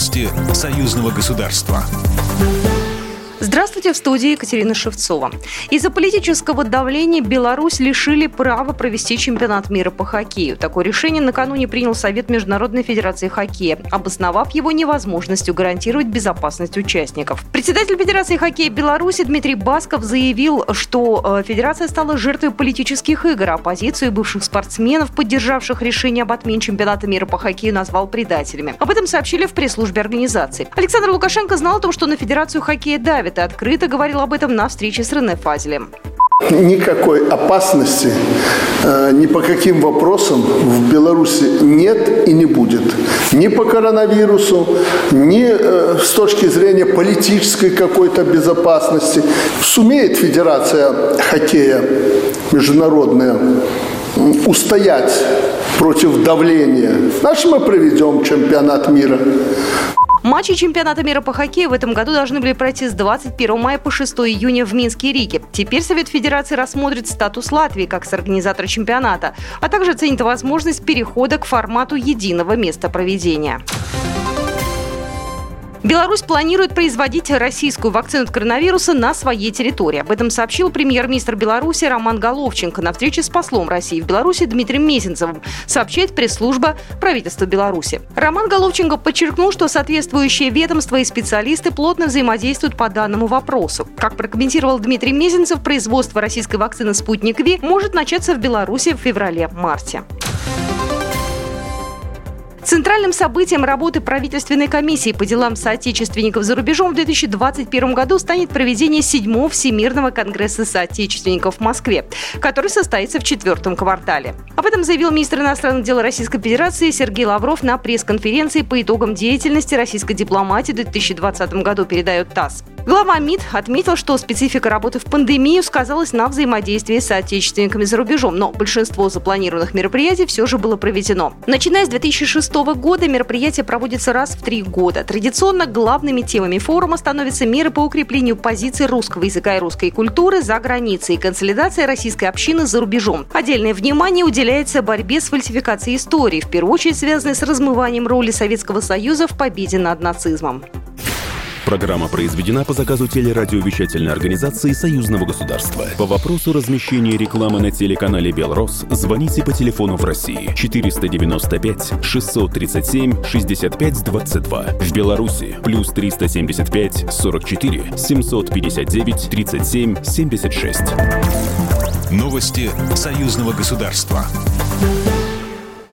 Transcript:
Новости союзного государства. Здравствуйте, в студии Екатерина Шевцова. Из-за политического давления Беларусь лишили права провести чемпионат мира по хоккею. Такое решение накануне принял Совет Международной Федерации хоккея, обосновав его невозможностью гарантировать безопасность участников. Председатель Федерации хоккея Беларуси Дмитрий Басков заявил, что Федерация стала жертвой политических игр, а оппозицию бывших спортсменов, поддержавших решение об отмене чемпионата мира по хоккею, назвал предателями. Об этом сообщили в пресс-службе организации. Александр Лукашенко знал о том, что на Федерацию хоккея давит, и открыто говорил об этом на встрече с Рене Фазелем. Никакой опасности ни по каким вопросам в Беларуси нет и не будет. Ни по коронавирусу, ни с точки зрения политической какой-то безопасности. Сумеет Федерация хоккея международная устоять против давления, значит, мы проведем чемпионат мира. Матчи чемпионата мира по хоккею в этом году должны были пройти с 21 мая по 6 июня в Минске и Риге. Теперь Совет Федерации рассмотрит статус Латвии как соорганизатора чемпионата, а также оценит возможность перехода к формату единого места проведения. Беларусь планирует производить российскую вакцину от коронавируса на своей территории. Об этом сообщил премьер-министр Беларуси Роман Головченко на встрече с послом России в Беларуси Дмитрием Мезенцевым, сообщает пресс-служба правительства Беларуси. Роман Головченко подчеркнул, что соответствующие ведомства и специалисты плотно взаимодействуют по данному вопросу. Как прокомментировал Дмитрий Мезенцев, производство российской вакцины «Спутник Ви» может начаться в Беларуси в феврале-марте. Центральным событием работы правительственной комиссии по делам соотечественников за рубежом в 2021 году станет проведение 7-го Всемирного конгресса соотечественников в Москве, который состоится в 4-м квартале. Об этом заявил министр иностранных дел Российской Федерации Сергей Лавров на пресс-конференции по итогам деятельности российской дипломатии в 2020 году, передает ТАСС. Глава МИД отметил, что специфика работы в пандемию сказалась на взаимодействии с соотечественниками за рубежом, но большинство запланированных мероприятий все же было проведено. Начиная с 2006 года мероприятие проводится раз в 3 года. Традиционно главными темами форума становятся меры по укреплению позиций русского языка и русской культуры за границей и консолидация российской общины за рубежом. Отдельное внимание уделяется борьбе с фальсификацией истории, в первую очередь связанной с размыванием роли Советского Союза в победе над нацизмом. Программа произведена по заказу телерадиовещательной организации Союзного государства. По вопросу размещения рекламы на телеканале «Белрос» звоните по телефону в России 495 637 65 22. В Беларуси плюс 375 44 759 37 76. Новости союзного государства.